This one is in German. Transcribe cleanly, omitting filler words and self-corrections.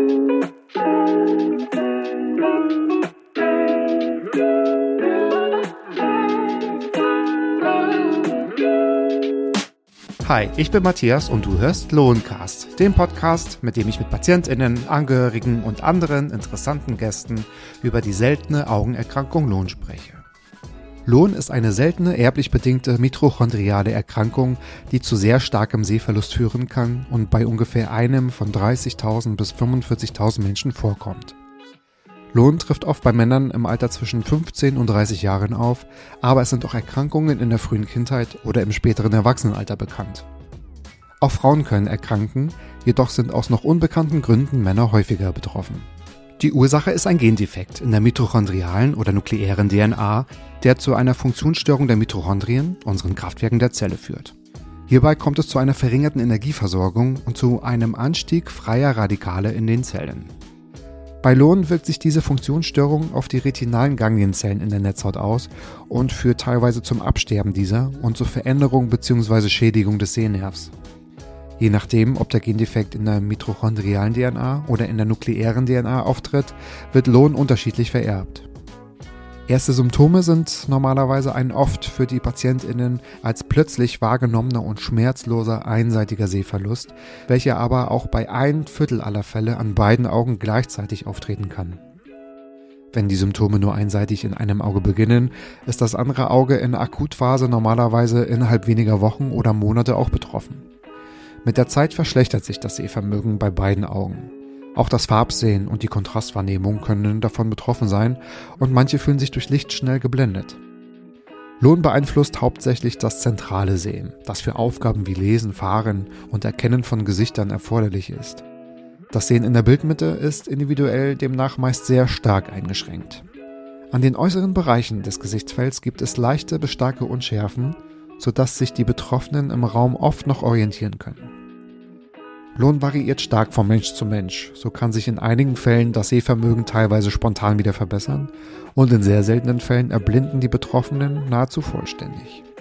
Hi, ich bin Matthias und du hörst Lohncast, den Podcast, mit dem ich mit PatientInnen, Angehörigen und anderen interessanten Gästen über die seltene Augenerkrankung Lohn spreche. Lohn ist eine seltene erblich bedingte mitochondriale Erkrankung, die zu sehr starkem Sehverlust führen kann und bei ungefähr einem von 30.000 bis 45.000 Menschen vorkommt. Lohn trifft oft bei Männern im Alter zwischen 15 und 30 Jahren auf, aber es sind auch Erkrankungen in der frühen Kindheit oder im späteren Erwachsenenalter bekannt. Auch Frauen können erkranken, jedoch sind aus noch unbekannten Gründen Männer häufiger betroffen. Die Ursache ist ein Gendefekt in der mitochondrialen oder nukleären DNA, der zu einer Funktionsstörung der Mitochondrien, unseren Kraftwerken der Zelle, führt. Hierbei kommt es zu einer verringerten Energieversorgung und zu einem Anstieg freier Radikale in den Zellen. Bei Lohn wirkt sich diese Funktionsstörung auf die retinalen Ganglienzellen in der Netzhaut aus und führt teilweise zum Absterben dieser und zur Veränderung bzw. Schädigung des Sehnervs. Je nachdem, ob der Gendefekt in der mitochondrialen DNA oder in der nukleären DNA auftritt, wird Lohn unterschiedlich vererbt. Erste Symptome sind normalerweise ein oft für die PatientInnen als plötzlich wahrgenommener und schmerzloser einseitiger Sehverlust, welcher aber auch bei 1/4 aller Fälle an beiden Augen gleichzeitig auftreten kann. Wenn die Symptome nur einseitig in einem Auge beginnen, ist das andere Auge in der Akutphase normalerweise innerhalb weniger Wochen oder Monate auch betroffen. Mit der Zeit verschlechtert sich das Sehvermögen bei beiden Augen. Auch das Farbsehen und die Kontrastwahrnehmung können davon betroffen sein und manche fühlen sich durch Licht schnell geblendet. Lohn beeinflusst hauptsächlich das zentrale Sehen, das für Aufgaben wie Lesen, Fahren und Erkennen von Gesichtern erforderlich ist. Das Sehen in der Bildmitte ist individuell demnach meist sehr stark eingeschränkt. An den äußeren Bereichen des Gesichtsfelds gibt es leichte bis starke Unschärfen, sodass sich die Betroffenen im Raum oft noch orientieren können. Lohn variiert stark von Mensch zu Mensch, so kann sich in einigen Fällen das Sehvermögen teilweise spontan wieder verbessern und in sehr seltenen Fällen erblinden die Betroffenen nahezu vollständig.